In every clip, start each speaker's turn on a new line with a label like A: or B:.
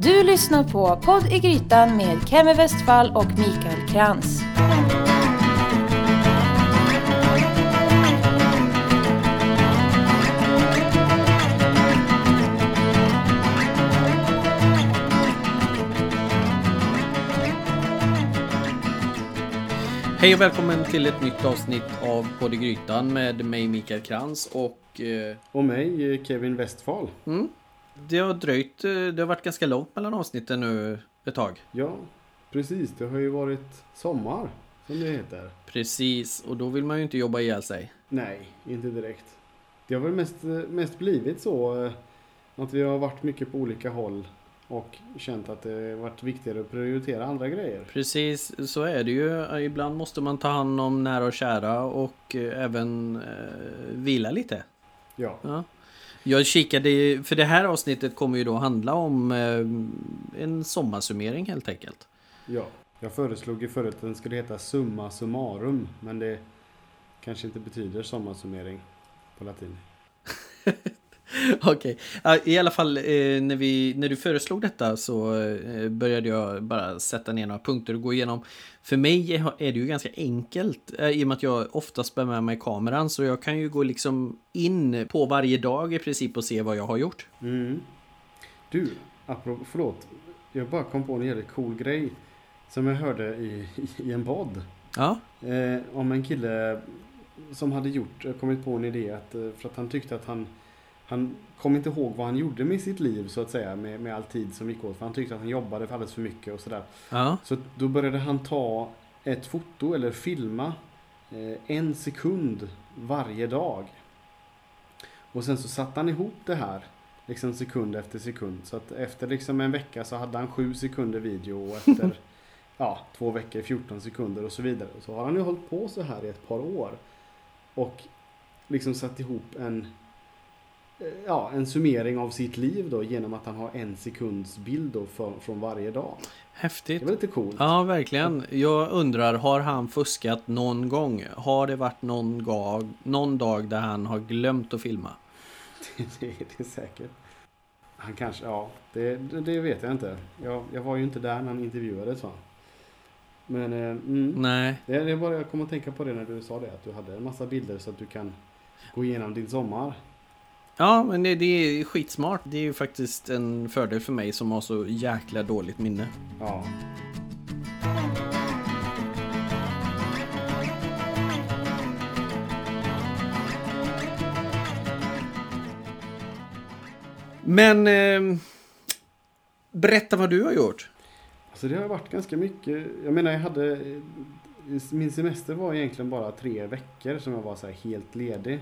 A: Du lyssnar på Podd i Grytan med Kemi Westfall och Mikael Krantz.
B: Hej och välkommen till ett nytt avsnitt av Podd i Grytan med mig Mikael Krantz
C: och mig Kevin Westfall.
B: Det har dröjt, det har varit ganska långt mellan avsnitten nu ett tag.
C: Ja, precis. Det har ju varit sommar som det heter.
B: Precis, och då vill man ju inte jobba ihjäl sig.
C: Nej, inte direkt. Det har väl mest blivit så att vi har varit mycket på olika håll och känt att det har varit viktigare att prioritera andra grejer.
B: Precis, så är det ju. Ibland måste man ta hand om nära och kära och även vila lite.
C: Ja.
B: Jag kikade, för det här avsnittet kommer ju då handla om en sommarsummering helt enkelt. Ja,
C: jag föreslog ju förut att den skulle heta Summa Summarum, men det kanske inte betyder sommarsummering på latin.
B: Okej, i alla fall när du föreslog detta så började jag bara sätta ner några punkter och gå igenom. För mig är det ju ganska enkelt i och med att jag oftast bär med mig kameran, så jag kan ju gå liksom in på varje dag i princip och se vad jag har gjort.
C: Du, förlåt, jag bara kom på en jävligt cool grej som jag hörde i en podd.
B: Ja.
C: Om en kille som hade kommit på en idé för att han tyckte att han kom inte ihåg vad han gjorde med sitt liv så att säga, med all tid som gick åt. För han tyckte att han jobbade för alldeles för mycket och sådär.
B: Ja.
C: Så då började han ta ett foto eller filma 1 sekund varje dag. Och sen så satte han ihop det här liksom sekund efter sekund. Så att efter liksom en vecka så hade han 7 sekunder video och efter 2 veckor 14 sekunder och så vidare. Och så har han ju hållit på så här i ett par år. Och liksom satt ihop en summering av sitt liv då, genom att han har 1 sekunds bild då från varje dag.
B: Häftigt.
C: Det var lite coolt.
B: Ja, verkligen. Jag undrar, har han fuskat någon gång? Har det varit någon dag där han har glömt att filma?
C: Det är säkert. Han kanske, det vet jag inte. Jag var ju inte där när han intervjuades, va? Men
B: nej.
C: Det är bara jag kom att tänka på det när du sa det, att du hade en massa bilder så att du kan gå igenom din sommar.
B: Ja, men det är skitsmart. Det är ju faktiskt en fördel för mig som har så jäkla dåligt minne.
C: Ja.
B: Men berätta vad du har gjort.
C: Alltså det har varit ganska mycket. Jag menar, min semester var egentligen bara 3 veckor som jag var så här helt ledig.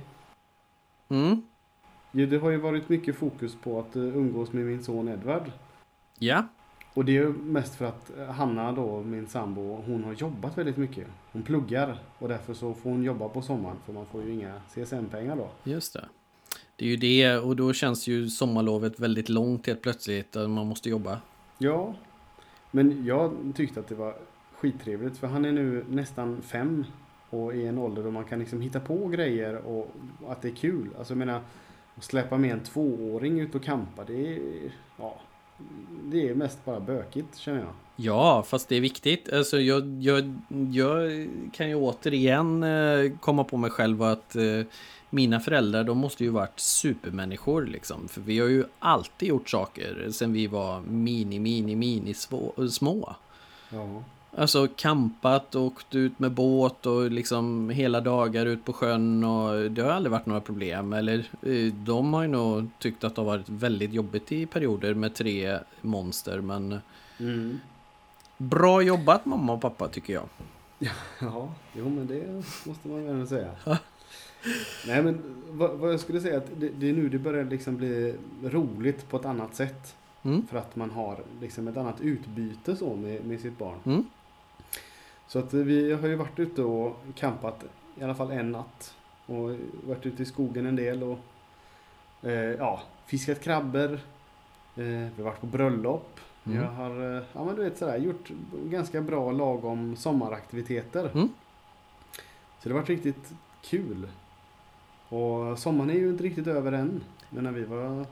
C: Det har ju varit mycket fokus på att umgås med min son Edvard.
B: Ja.
C: Och det är ju mest för att Hanna då, min sambo, hon har jobbat väldigt mycket. Hon pluggar och därför så får hon jobba på sommaren, för man får ju inga CSN-pengar då.
B: Just det. Det är ju det, och då känns ju sommarlovet väldigt långt helt plötsligt att man måste jobba.
C: Ja, men jag tyckte att det var skittrevligt, för han är nu nästan 5 och i en ålder då man kan liksom hitta på grejer och att det är kul. Alltså jag menar, att släppa med en 2-åring ut och campa, det är mest bara bökigt, känner jag.
B: Ja, fast det är viktigt. Alltså jag kan ju återigen komma på mig själv att mina föräldrar, de måste ju varit supermänniskor liksom. För vi har ju alltid gjort saker sen vi var mini små.
C: Ja.
B: Alltså campat och åkt ut med båt och liksom hela dagar ut på sjön, och det har aldrig varit några problem. Eller de har ju nog tyckt att det har varit väldigt jobbigt i perioder med 3 monster, men bra jobbat mamma och pappa, tycker jag.
C: Ja, men det måste man väl säga. Nej, men vad jag skulle säga, att det är nu det börjar liksom bli roligt på ett annat sätt. För att man har liksom ett annat utbyte så med sitt barn. Så att vi har ju varit ute och campat i alla fall en natt. Och varit ute i skogen en del och fiskat krabbor. Vi har varit på bröllop. Jag har gjort ganska bra lagom sommaraktiviteter. Så det har varit riktigt kul. Och sommaren är ju inte riktigt över än. Men när vi var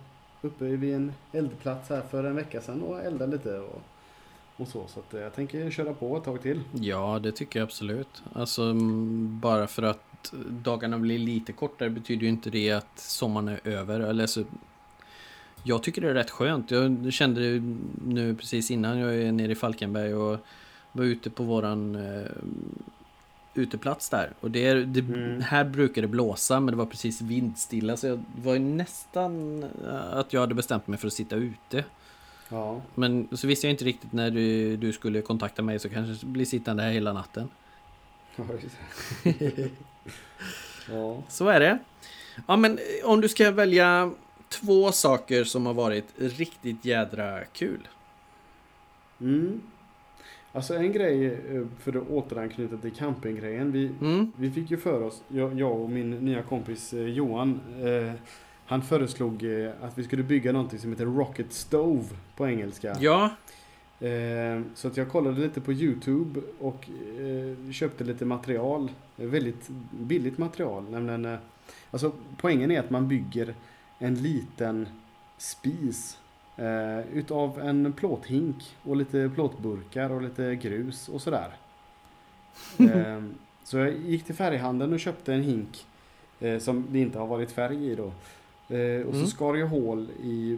C: uppe vid en eldplats här för en vecka sedan och eldade lite och så. Så att jag tänker köra på ett tag till.
B: Ja, det tycker jag absolut. Alltså, bara för att dagarna blir lite kortare betyder ju inte det att sommaren är över. Eller så, jag tycker det är rätt skönt. Jag kände det nu precis innan jag är nere i Falkenberg och var ute på våran uteplats där. Och här brukar det blåsa, men det var precis vindstilla. Så det var ju nästan att jag hade bestämt mig för att sitta ute.
C: Ja.
B: Men så visste jag inte riktigt när du skulle kontakta mig, så kanske blir sittande här hela natten.
C: Ja.
B: Så är det. Ja, men om du ska välja 2 saker som har varit riktigt jädra kul.
C: Alltså en grej, för att återanknyta till campinggrejen. Vi fick ju för oss, jag och min nya kompis Johan, han föreslog att vi skulle bygga någonting som heter Rocket Stove på engelska.
B: Ja.
C: Så att jag kollade lite på YouTube och köpte lite material. Väldigt billigt material. Nämligen, alltså poängen är att man bygger en liten spis utav en plåthink och lite plåtburkar och lite grus och sådär. Så jag gick till färghandeln och köpte en hink som det inte har varit färg i då. Och så skar jag hål i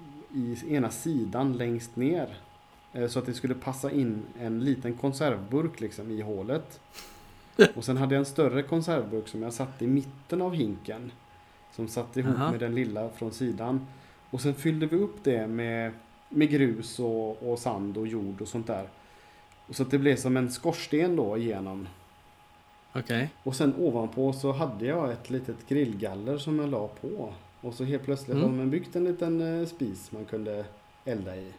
C: ena sidan längst ner. Så att det skulle passa in en liten konservburk liksom i hålet. Och sen hade jag en större konservburk som jag satte i mitten av hinken. Som satt ihop med den lilla från sidan. Och sen fyllde vi upp det med grus och sand och jord och sånt där. Och så att det blev som en skorsten då igenom.
B: Okej.
C: Och sen ovanpå så hade jag ett litet grillgaller som jag la på. Och så helt plötsligt hade man byggt en liten spis man kunde elda i.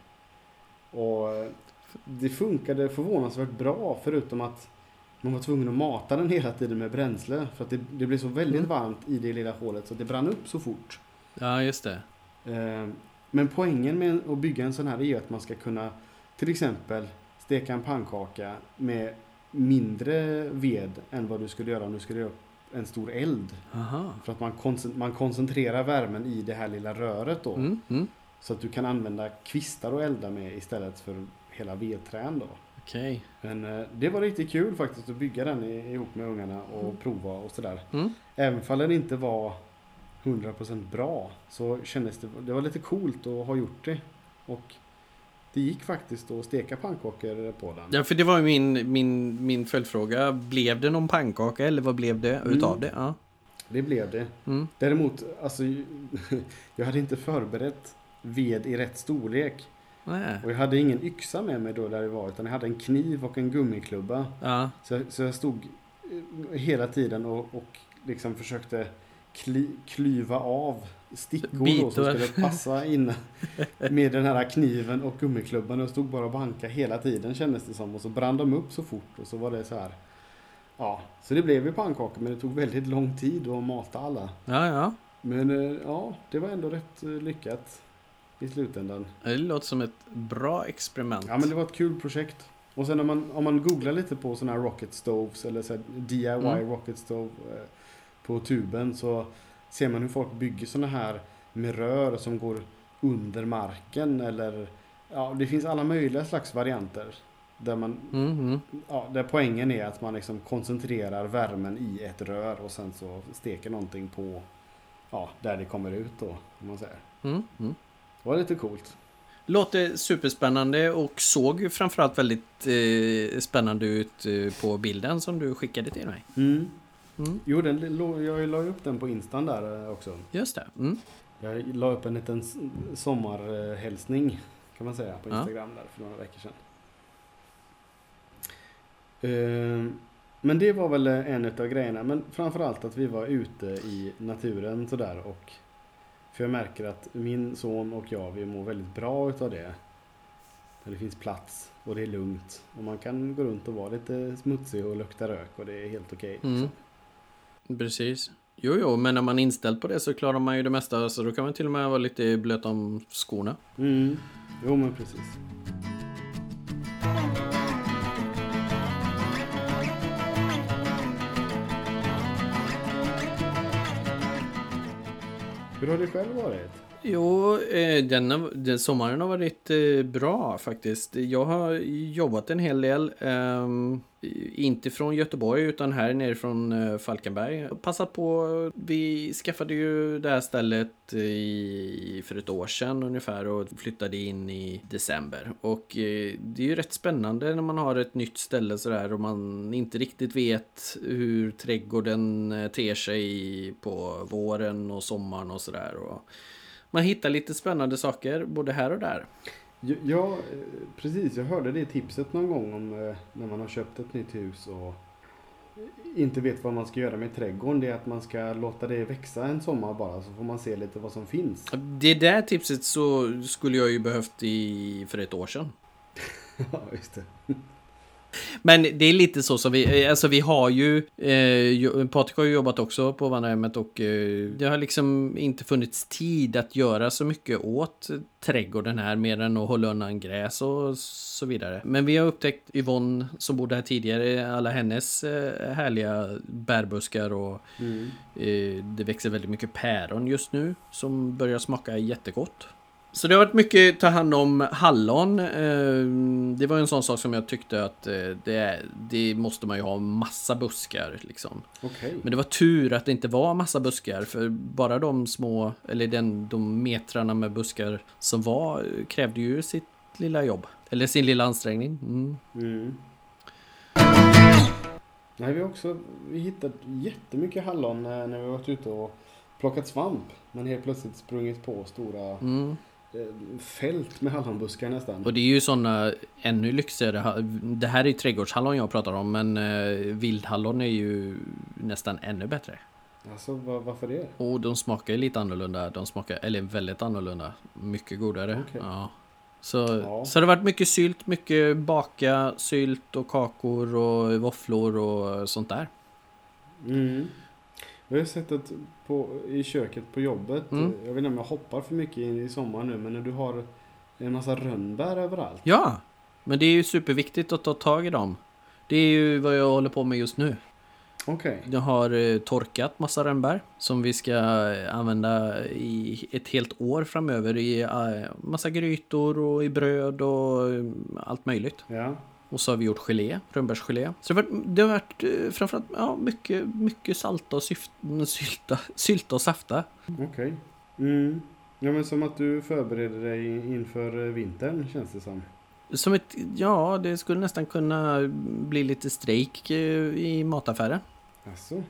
C: Och det funkade förvånansvärt bra, förutom att man var tvungen att mata den hela tiden med bränsle. För att det blev så väldigt varmt i det lilla hålet så det brann upp så fort.
B: Ja, just det.
C: Men poängen med att bygga en sån här är att man ska kunna till exempel steka en pannkaka med mindre ved än vad du skulle göra om du skulle göra en stor eld.
B: Aha.
C: För att man koncentrerar värmen i det här lilla röret då. Så att du kan använda kvistar och elda med istället för hela vedträn då.
B: Okej.
C: Men det var riktigt kul faktiskt att bygga den ihop med ungarna och prova och sådär. Även om den inte var 100% bra så kändes det var lite coolt att ha gjort det. Och det gick faktiskt att steka pannkakor på den.
B: Ja, för det var ju min följdfråga. Blev det någon pannkaka eller vad blev det utav det? Ja.
C: Det blev det. Däremot, alltså, jag hade inte förberett ved i rätt storlek.
B: Nej.
C: Och jag hade ingen yxa med mig då där det var, utan jag hade en kniv och en gummiklubba. Ja. Så jag stod hela tiden och liksom försökte klyva av stickor då, som skulle passa in med den här kniven och gummiklubban, och stod bara och banka hela tiden kändes det som, och så brann de upp så fort och så var det så här. Ja, så det blev ju pannkakor, men det tog väldigt lång tid att mata alla.
B: Ja.
C: Men ja, det var ändå rätt lyckat i slutändan.
B: Det låter som ett bra experiment.
C: Ja, men det var ett kul projekt. Och sen om man googlar lite på såna här rocket stoves eller så här DIY rocket stove på tuben, så ser man hur folk bygger såna här med rör som går under marken, eller ja, det finns alla möjliga slags varianter där man där poängen är att man liksom koncentrerar värmen i ett rör och sen så steker någonting på där det kommer ut då, om man säger. Det var lite coolt.
B: Låter superspännande och såg ju framförallt väldigt spännande ut på bilden som du skickade till mig.
C: Jo, jag la upp den på Instan där också.
B: Just det.
C: Jag la upp en liten sommarhälsning kan man säga på Instagram där för några veckor sedan. Men det var väl en av grejerna. Men framförallt att vi var ute i naturen sådär, och för jag märker att min son och jag, vi mår väldigt bra utav det. Där det finns plats och det är lugnt. Och man kan gå runt och vara lite smutsig och lukta rök, och det är helt okej.
B: Precis. Jo, men när man är inställd på det så klarar man ju det mesta. Så då kan man till och med vara lite blöt om skorna.
C: Jo, men precis. Hur har det själv varit?
B: Jo, den sommaren har varit bra faktiskt. Jag har jobbat en hel del. Inte från Göteborg utan här nere från Falkenberg. Passat på, vi skaffade ju det här stället för ett år sedan ungefär och flyttade in i december. Och det är ju rätt spännande när man har ett nytt ställe sådär och man inte riktigt vet hur trädgården ter sig på våren och sommaren och sådär. Och man hittar lite spännande saker både här och där.
C: Ja, precis. Jag hörde det tipset någon gång om när man har köpt ett nytt hus och inte vet vad man ska göra med trädgården. Det är att man ska låta det växa en sommar bara, så får man se lite vad som finns.
B: Det där tipset så skulle jag ju behövt för ett år sedan.
C: Ja, just det.
B: Men det är lite så som vi har ju Patrik har ju jobbat också på vandrarhemmet och det har liksom inte funnits tid att göra så mycket åt trädgården här mer än att hålla undan gräs och så vidare. Men vi har upptäckt Yvonne som bodde här tidigare, alla hennes härliga bärbuskar och det växer väldigt mycket päron just nu som börjar smaka jättegott. Så det har varit mycket ta hand om hallon. Det var en sån sak som jag tyckte att det måste man ju ha massa buskar liksom.
C: Okay.
B: Men det var tur att det inte var massa buskar, för bara de små eller de metrarna med buskar som var krävde ju sitt lilla jobb eller sin lilla ansträngning.
C: Nej, vi hittat jättemycket hallon när vi varit ute och plockat svamp, men helt plötsligt sprungit på stora fält med hallonbuskar nästan.
B: Och det är ju sådana ännu lyxigare. Det här är ju trädgårdshallon jag pratar om, men vildhallon är ju nästan ännu bättre.
C: Alltså, varför det?
B: Och de smakar lite annorlunda. Eller väldigt annorlunda. Mycket godare. Okay. Ja. Så det har varit mycket sylt, mycket baka, sylt och kakor och våfflor och sånt där.
C: Jag har sett att i köket på jobbet, jag vet inte om jag hoppar för mycket i sommar nu, men när du har en massa rönnbär överallt.
B: Ja, men det är ju superviktigt att ta tag i dem. Det är ju vad jag håller på med just nu.
C: Okej.
B: Jag har torkat massa rönnbär som vi ska använda i ett helt år framöver i massa grytor och i bröd och allt möjligt.
C: Ja.
B: Och så har vi gjort gelé, rönnbärsgelé. Så det har varit framförallt mycket salta och sylta och safta.
C: Okej. Ja, men som att du förbereder dig inför vintern, känns det som.
B: Det skulle nästan kunna bli lite strejk i mataffären.
C: Alltså?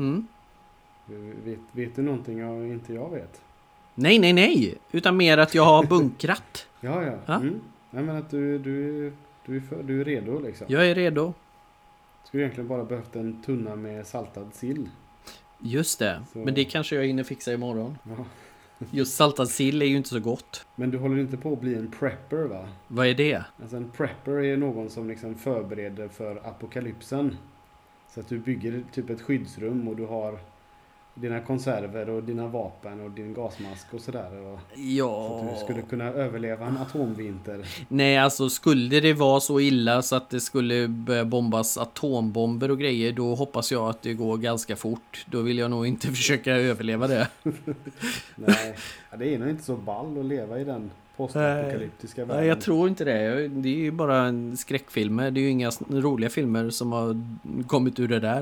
C: Vet du någonting inte jag vet?
B: Nej. Utan mer att jag har bunkrat.
C: Ja. Nej, men att du är redo liksom.
B: Jag är redo.
C: Skulle egentligen bara behövt en tunna med saltad sill.
B: Just det. Så. Men det kanske jag hinner fixa imorgon.
C: Ja.
B: Just saltad sill är ju inte så gott.
C: Men du håller inte på att bli en prepper, va?
B: Vad är det?
C: Alltså en prepper är någon som liksom förbereder för apokalypsen. Så att du bygger typ ett skyddsrum och du har dina konserver och dina vapen och din gasmask och sådär.
B: Ja.
C: Så att du skulle kunna överleva en atomvinter.
B: Nej, alltså skulle det vara så illa så att det skulle börja bombas atombomber och grejer, då hoppas jag att det går ganska fort. Då vill jag nog inte försöka överleva det.
C: Nej, det är nog inte så ball att leva i den postapokalyptiska världen.
B: Nej, jag tror inte det. Det är ju bara en skräckfilmer. Det är ju inga roliga filmer som har kommit ur det där.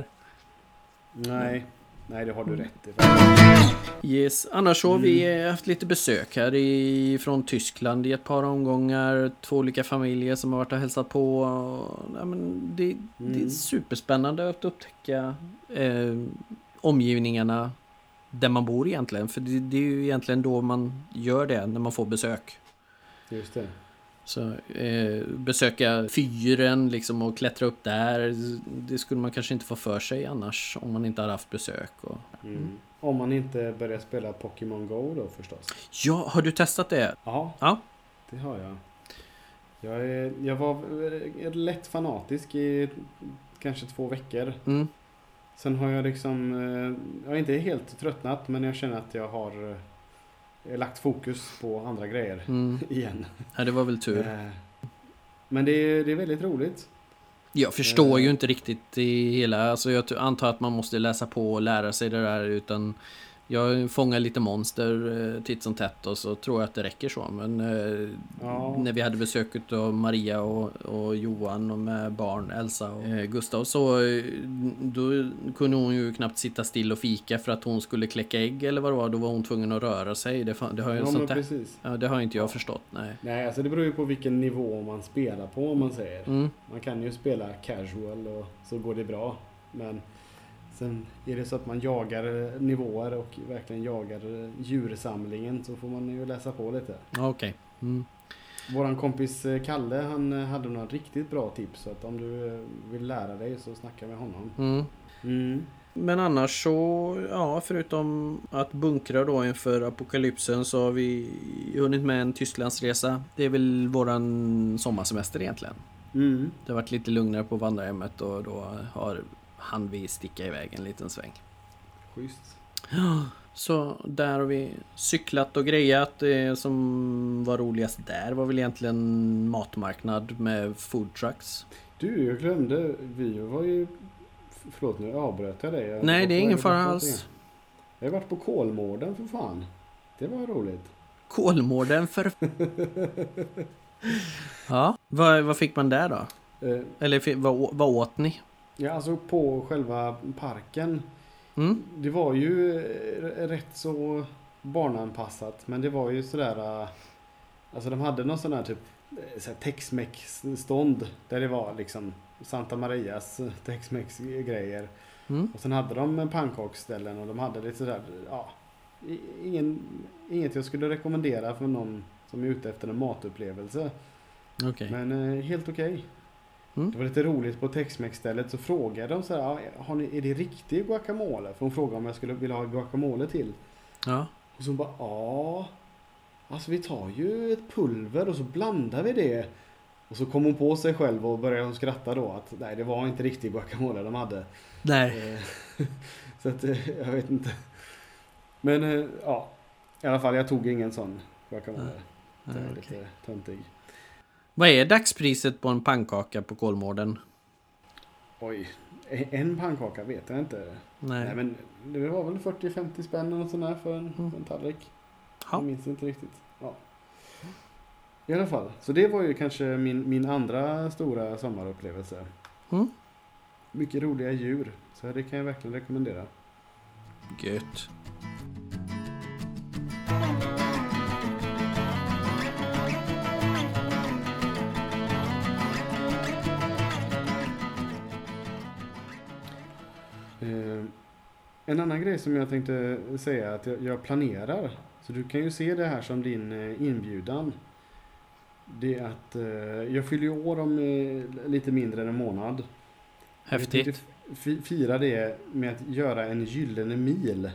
C: Nej, det har du rätt i.
B: Yes, annars har vi haft lite besök här från Tyskland i ett par omgångar. 2 olika familjer som har varit och hälsat på. Ja, men det är superspännande att upptäcka omgivningarna där man bor egentligen. För det är ju egentligen då man gör det, när man får besök.
C: Just det.
B: Så besöka fyren liksom och klättra upp där, det skulle man kanske inte få för sig annars om man inte hade haft besök.
C: Om man inte börjar spela Pokémon Go då förstås.
B: Ja, har du testat det?
C: Ja. Det har jag. Jag var lätt fanatisk i kanske 2 veckor. Sen har jag liksom, jag är inte helt tröttnat, men jag känner att jag har lagt fokus på andra grejer igen.
B: Ja, det var väl tur.
C: Men det är väldigt roligt.
B: Jag förstår ju inte riktigt det hela. Alltså jag antar att man måste läsa på och lära sig det där, utan Jag fångar lite monster titt som tätt och så tror jag att det räcker så. Men när vi hade besök av Maria och Johan och med barn, Elsa och Gustav, så då kunde hon ju knappt sitta still och fika för att hon skulle kläcka ägg eller vad det var. Då var hon tvungen att röra sig. Det har ju sånt
C: precis.
B: Ja, det har inte jag förstått.
C: Nej, alltså det beror ju på vilken nivå man spelar på, om man säger. Man kan ju spela casual och så går det bra. Men sen är det så att man jagar nivåer och verkligen jagar djursamlingen, så får man ju läsa på lite.
B: Okej.
C: Våran kompis Kalle, han hade några riktigt bra tips, så att om du vill lära dig så snacka med honom.
B: Men annars så, ja, förutom att bunkra då inför apokalypsen, så har vi hunnit med en Tysklandsresa. Det är väl våran sommarsemester egentligen. Det har varit lite lugnare på vandrarhemmet och då hann vi sticka iväg en liten sväng.
C: Schysst.
B: Ja, så där har vi cyklat och grejat. Det som var roligast där var väl egentligen matmarknad med food trucks.
C: Du, jag glömde, vi var ju... Förlåt, nu avbröt jag dig.
B: Nej, det är ingen fara alls.
C: Jag har varit på Kolmården för fan. Det var roligt.
B: Kolmården för... Ja, vad fick man där då? Eller vad åt ni?
C: Ja, alltså på själva parken. Det var ju rätt så barnanpassat. Men det var ju sådär... Alltså de hade någon sån här typ Tex-Mex-stånd. Där det var liksom Santa Marias Tex-Mex-grejer. Och sen hade de pannkaksställen och de hade lite sådär... Ja, inget jag skulle rekommendera för någon som är ute efter en matupplevelse.
B: Okay.
C: Men helt okej. Det var lite roligt på Tex-Mex-stället, så frågade de så här, är det riktig guacamole? För hon frågade om jag skulle vilja ha guacamole till.
B: Ja.
C: Och så bara, ja. Alltså vi tar ju ett pulver och så blandar vi det. Och så kom hon på sig själv och började skratta då att nej, det var inte riktig guacamole de hade.
B: Nej.
C: Så att jag vet inte. Men ja, i alla fall jag tog ingen sån guacamole. Det är lite töntig.
B: Vad är dagspriset på en pannkaka på Kolmården?
C: Oj, en pannkaka vet jag inte. Nej, men det var väl 40-50 spänn eller sån här för en tallrik. Jag minns inte riktigt. Ja. I alla fall, så det var ju kanske min andra stora sommarupplevelse. Mycket roliga djur, så det kan jag verkligen rekommendera.
B: Gött.
C: En annan grej som jag tänkte säga att jag planerar, så du kan ju se det här som din inbjudan. Det är att jag fyller år om lite mindre än en månad.
B: Häftigt.
C: Jag fira det med att göra en gyllene mil.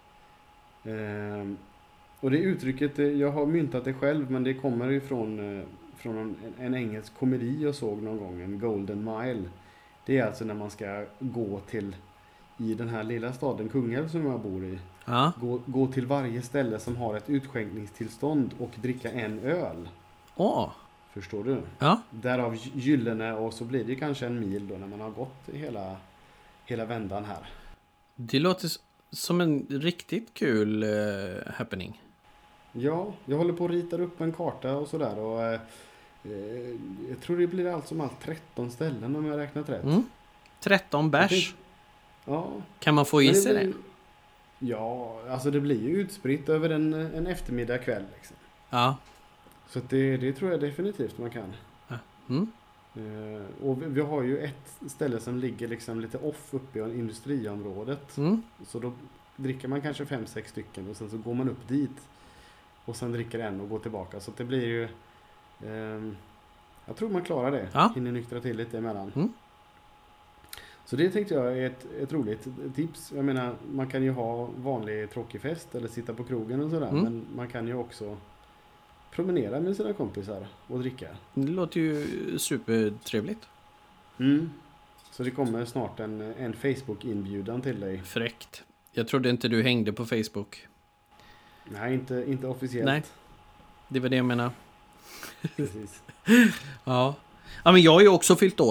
C: Och det uttrycket, jag har myntat det själv, men det kommer ju från en engelsk komedi jag såg någon gång, en Golden Mile. Det är alltså när man ska gå till, i den här lilla staden Kungälv som jag bor i.
B: Ja.
C: Gå till varje ställe som har ett utskänkningstillstånd och dricka en öl. Förstår du?
B: Ja.
C: Därav gyllene, och så blir det kanske en mil då när man har gått hela vändan här.
B: Det låter som en riktigt kul happening.
C: Ja, jag håller på att rita upp en karta och sådär, och jag tror det blir allt som allt 13 ställen om jag har räknat rätt.
B: 13 bärs.
C: Ja.
B: Kan man få i sig det?
C: Ja, alltså det blir ju utspritt över en eftermiddag kväll liksom.
B: Ja.
C: Så att det tror jag definitivt man kan.
B: Ja.
C: Och vi har ju ett ställe som ligger liksom lite off uppe i industriområdet. Så då dricker man kanske 5-6 stycken och sen så går man upp dit och sen dricker en och går tillbaka. Så att det blir ju jag tror man klarar det.
B: Ja.
C: Hinner nyktra till lite emellan. Så det tänkte jag är ett roligt tips. Jag menar, man kan ju ha vanlig tråkig fest eller sitta på krogen och sådär. Men man kan ju också promenera med sina kompisar och dricka.
B: Det låter ju supertrevligt.
C: Så det kommer snart en Facebook-inbjudan till dig.
B: Fräckt. Jag trodde inte du hängde på Facebook.
C: Nej, inte officiellt.
B: Nej, det var det jag menar.
C: Precis.
B: Ja. Ja, men jag har ju också fyllt år.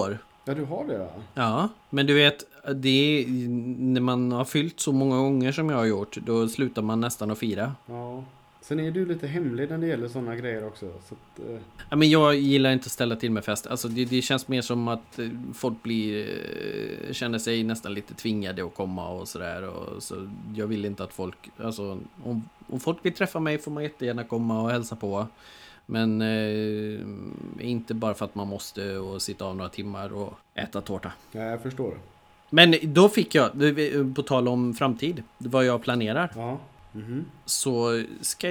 C: Ja, du har det, va?
B: Ja, men du vet, det är, när man har fyllt så många gånger som jag har gjort, då slutar man nästan att fira.
C: Ja. Sen är du lite hemlig när det gäller sådana grejer också. Så att,
B: Ja, men jag gillar inte att ställa till med fest. Alltså det känns mer som att folk känner sig nästan lite tvingade att komma och sådär. Och så jag vill inte att folk, alltså om folk vill träffa mig får man jättegärna komma och hälsa på. Men inte bara för att man måste och sitta av några timmar och äta tårta.
C: ja, jag förstår.
B: Men då fick jag, på tal om framtid, vad jag planerar.
C: Ja. Mhm.
B: Så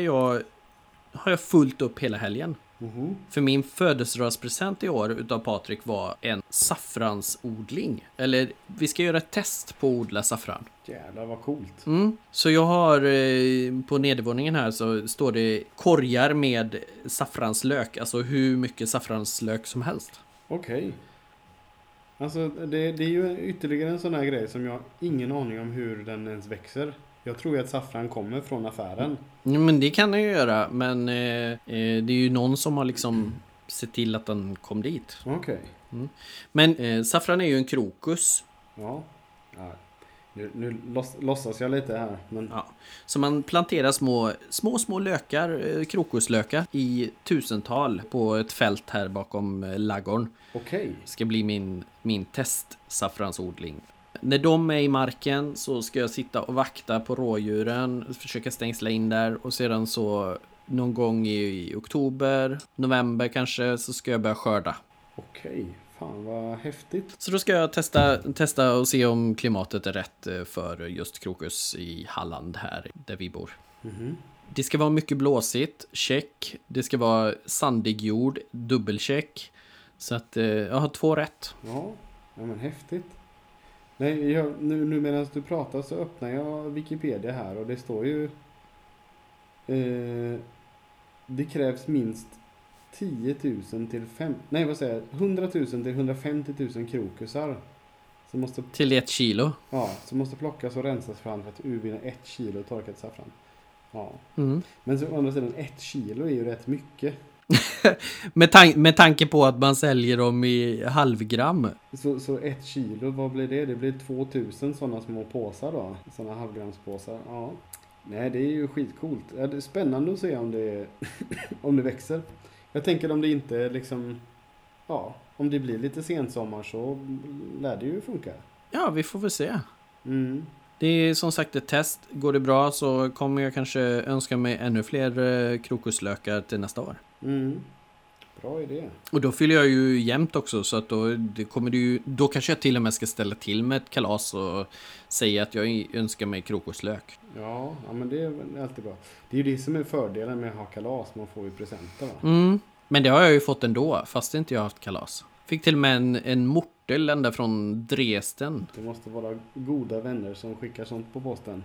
B: har jag fullt upp hela helgen.
C: Mhm.
B: För min födelsedagspresent i år utav Patrik var en saffransodling. Eller vi ska göra ett test på att odla saffran.
C: Jävlar vad coolt.
B: Så jag har på nedervåningen här så står det korgar med saffranslök. Alltså hur mycket saffranslök som helst.
C: Okej. Alltså det är ju ytterligare en sån här grej som jag har ingen aning om hur den ens växer. Jag tror ju att saffran kommer från affären.
B: Ja, men det kan den ju göra. Men det är ju någon som har liksom sett till att den kom dit.
C: Okej.
B: Men saffran är ju en krokus.
C: Ja. Ja. Nu låtsas jag lite här. Men...
B: Ja. Så man planterar små lökar, krokuslökar i tusental på ett fält här bakom ladugården.
C: Okej.
B: Ska bli min testsaffransodling. När de är i marken så ska jag sitta och vakta på rådjuren, försöka stängsla in där och sedan så någon gång i oktober, november kanske så ska jag börja skörda.
C: Okej. Fan vad häftigt.
B: Så då ska jag testa och se om klimatet är rätt för just krokus i Halland här där vi bor.
C: Mhm.
B: Det ska vara mycket blåsigt, check. Det ska vara sandig jord, dubbelcheck. Så att jag har 2 rätt.
C: Ja men häftigt. Nej, nu medan du pratar så öppnar jag Wikipedia här och det står ju det krävs minst 10 000 till 100 000 till 150 000 krokusar som måste,
B: Till 1 kilo.
C: som måste plockas och rensas fram för att urvinna 1 kilo torkat saffran. Ja.
B: Mm.
C: Men så å andra sidan 1 kilo är ju rätt mycket.
B: Med tanke på att man säljer dem i halvgram.
C: Så 1 kilo, vad blir det? Det blir 2000 sådana små påsar då. Sådana halvgramspåsar. Ja. Nej, det är ju skitcoolt. Ja, det är spännande att se om det växer. Jag tänker om det inte liksom... Ja, om det blir lite sensommar så lär det ju funka.
B: Ja, vi får väl se.
C: Mm.
B: Det är som sagt ett test. Går det bra så kommer jag kanske önska mig ännu fler krokuslökar till nästa år.
C: Mm. Bra idé.
B: Och då fyller jag ju jämnt också så att då kanske jag till och med ska ställa till med ett kalas och säga att jag önskar mig krokuslök.
C: Ja, men det är väl alltid bra. Det är ju det som är fördelen med att ha kalas. Man får ju presenter, va?
B: Men det har jag ju fått ändå fast inte jag har haft kalas. Fick till och med en mortel ända från Dresden.
C: Det måste vara goda vänner som skickar sånt på posten.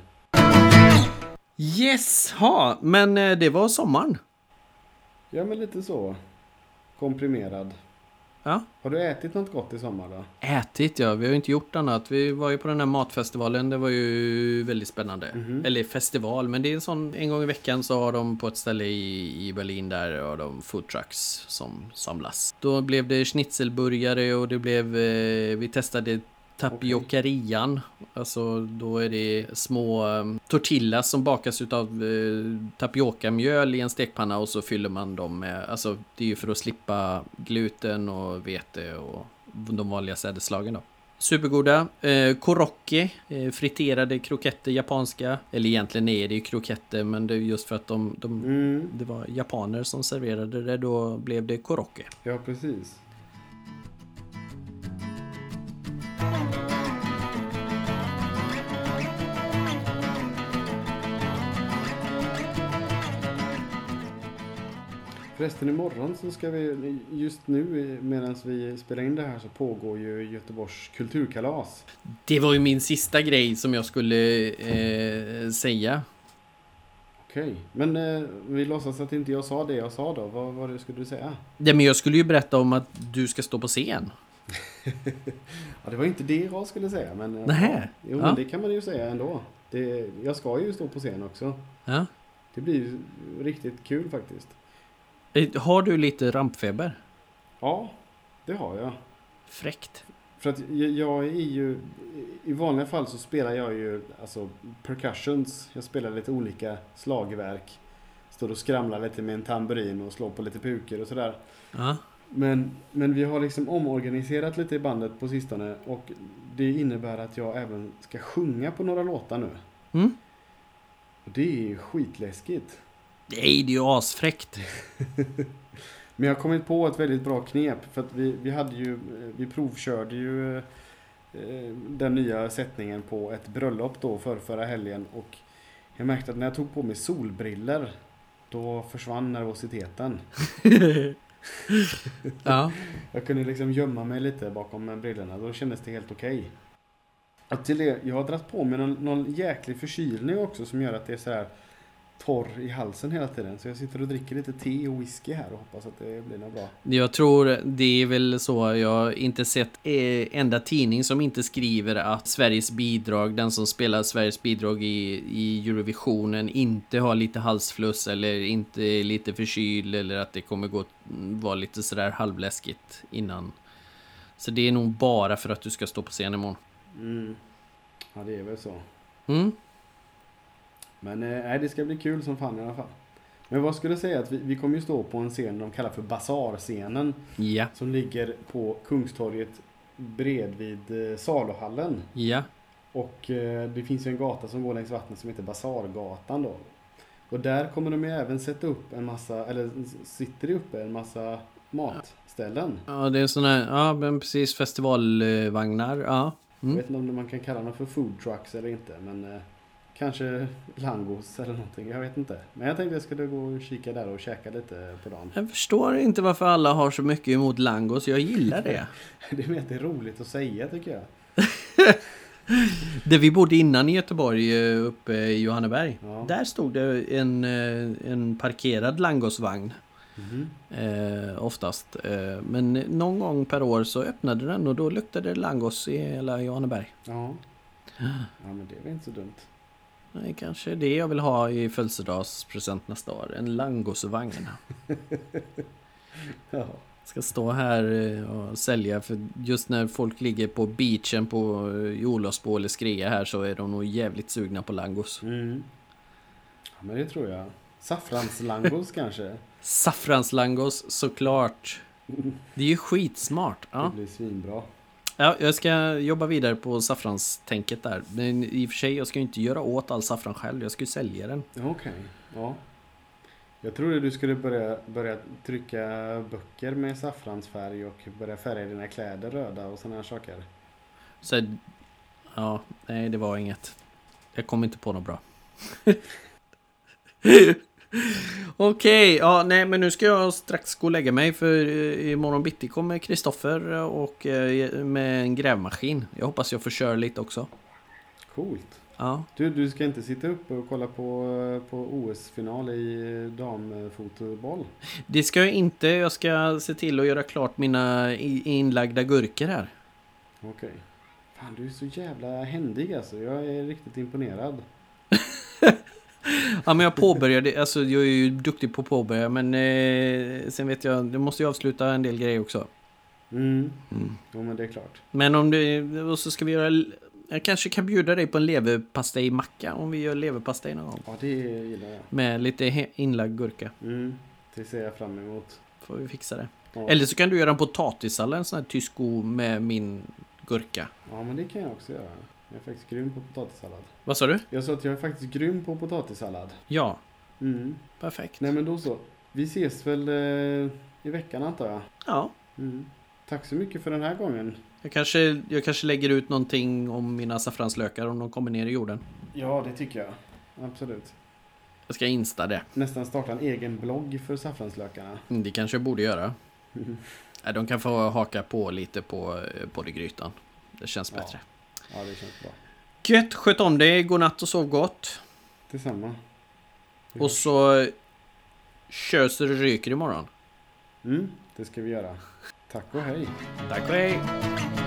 B: Yes, men det var sommaren.
C: Ja, men lite så. Komprimerad.
B: Ja.
C: Har du ätit något gott i sommar då?
B: Ätit, ja. Vi har ju inte gjort annat. Vi var ju på den här matfestivalen. Det var ju väldigt spännande. Eller festival, men det är en sån... En gång i veckan så har de på ett ställe i Berlin där har de food trucks som samlas. Då blev det schnitzelburgare och det blev... Vi testade tapiocarian. Alltså då är det små tortillas som bakas utav tapiokamjöl i en stekpanna och så fyller man dem med, alltså det är ju för att slippa gluten och vete och de vanliga sädeslagen då. Supergoda. Korokke, friterade kroketter japanska. Eller egentligen är det ju kroketter men det är just för att det var japaner som serverade det, då blev det korokke.
C: Ja, precis. Förresten imorgon så ska vi, just nu medan vi spelar in det här så pågår ju Göteborgs kulturkalas.
B: Det var ju min sista grej som jag skulle säga.
C: Okej, men vi låtsas att inte jag sa det jag sa då. Vad skulle du säga?
B: Ja, men jag skulle ju berätta om att du ska stå på scen.
C: Ja, det var inte det jag skulle säga, men
B: Nähä.
C: Jo, men det kan man ju säga ändå. Jag ska ju stå på scen också.
B: Ja.
C: Det blir riktigt kul faktiskt.
B: Har du lite rampfeber?
C: Ja, det har jag.
B: Fräckt.
C: För att jag är ju, i vanliga fall så spelar jag ju alltså percussions. Jag spelar lite olika slagverk. Står och skramlar lite med en tamburin och slår på lite puker och sådär.
B: Ja.
C: Men vi har liksom omorganiserat lite i bandet på sistone. Och det innebär att jag även ska sjunga på några låtar nu.
B: Mm.
C: Och det är skitläskigt.
B: Nej, det är ju asfräckt.
C: Men jag har kommit på ett väldigt bra knep. För att vi provkörde ju den nya sättningen på ett bröllop då förra helgen. Och jag märkte att när jag tog på mig solbriller, då försvann nervositeten.
B: Ja.
C: Jag kunde liksom gömma mig lite bakom brillorna. Då kändes det helt okej. Och till det, jag har dragit på mig någon jäklig förkylning också som gör att det är så här torr i halsen hela tiden. Så jag sitter och dricker lite te och whisky här och hoppas att det blir något bra.
B: Jag tror det är väl så. Jag har inte sett enda tidning som inte skriver att Sveriges bidrag, den som spelar Sveriges bidrag i Eurovisionen, inte har lite halsfluss eller inte är lite förkyld eller att det kommer vara lite sådär halvläskigt innan. Så det är nog bara för att du ska stå på scen imorgon.
C: Mm. Ja, det är väl så.
B: Mm.
C: Men det ska bli kul som fan i alla fall. Men vad skulle jag säga att vi kommer ju stå på en scen de kallar för basarscenen.
B: Ja.
C: Som ligger på Kungstorget bredvid Saluhallen.
B: Ja.
C: Och det finns ju en gata som går längs vattnet som heter Basargatan då. Och där kommer de ju även sätta upp en massa, eller sitter det uppe en massa matställen.
B: Ja, det är en sån här, ja men precis, festivalvagnar, ja.
C: Jag vet inte om man kan kalla dem för food trucks eller inte, men kanske langos eller någonting, jag vet inte. Men jag tänkte jag skulle gå och kika där och käka lite på dagen.
B: Jag förstår inte varför alla har så mycket emot langos, jag gillar det.
C: Det är mer roligt att säga tycker jag.
B: Där vi bodde innan i Göteborg, uppe i Johanneberg.
C: Ja.
B: Där stod det en parkerad langosvagn. Oftast. Men någon gång per år så öppnade den och då luktade det langos i hela Johanneberg.
C: Ja, men det är väl inte så dumt.
B: Nej, kanske det jag vill ha i födelsedagspresent nästa år. En langosvagn.
C: Ja.
B: Ska stå här och sälja, för just när folk ligger på beachen på Olofsbo eller Skrea här så är de nog jävligt sugna på langos.
C: Ja, men det tror jag. Saffranslangos kanske.
B: Saffranslangos, såklart. Det är ju skitsmart. Ja.
C: Det blir svinbra.
B: Ja, jag ska jobba vidare på saffranstänket där. Men i och för sig, jag ska ju inte göra åt all saffran själv. Jag ska ju sälja den.
C: Okej, ja. Jag trodde du skulle börja trycka böcker med saffransfärg och börja färga dina kläder röda och såna här saker.
B: Så, ja, nej det var inget. Jag kom inte på något bra. Okej, ja nej men nu ska jag strax gå och lägga mig för imorgon bitti kommer Kristoffer och med en grävmaskin. Jag hoppas jag får köra lite också.
C: Coolt.
B: Ja.
C: Du ska inte sitta uppe och kolla på OS-final i damfotboll?
B: Det ska jag inte. Jag ska se till att göra klart mina inlagda gurkor här.
C: Okej. Fan, du är så jävla händig alltså. Jag är riktigt imponerad.
B: Ja, men jag påbörjade, alltså jag är ju duktig på att påbörja, men sen vet jag måste ju avsluta en del grejer också.
C: Jo, men det är klart.
B: Men om och så ska vi göra, jag kanske kan bjuda dig på en leverpastejmacka om vi gör leverpastej någon gång.
C: Ja, det gillar jag.
B: Med lite inlagd gurka.
C: Det ser jag fram emot.
B: Får vi fixa det.
C: Ja.
B: Eller så kan du göra en potatissallad, en sån här tysko med min gurka.
C: Ja, men det kan jag också göra. Jag är faktiskt grym på potatissallad.
B: Vad sa du?
C: Jag sa att jag är faktiskt grym på potatissallad.
B: Ja. Perfekt.
C: Nej, men då så. Vi ses väl i veckan antar jag.
B: Ja.
C: Tack så mycket för den här gången.
B: Jag kanske lägger ut någonting om mina saffranslökar om de kommer ner i jorden.
C: Ja, det tycker jag. Absolut.
B: Jag ska insta det.
C: Nästan starta en egen blogg för saffranslökarna.
B: Det kanske jag borde göra. De kan få haka på lite på det grytan. Det känns bättre.
C: Ja, det känns bra.
B: Gött, sköt om dig. God natt och sov gott.
C: Detsamma.
B: Och så kör så det ryker imorgon.
C: Det ska vi göra. Tack och hej.
B: Tack och hej.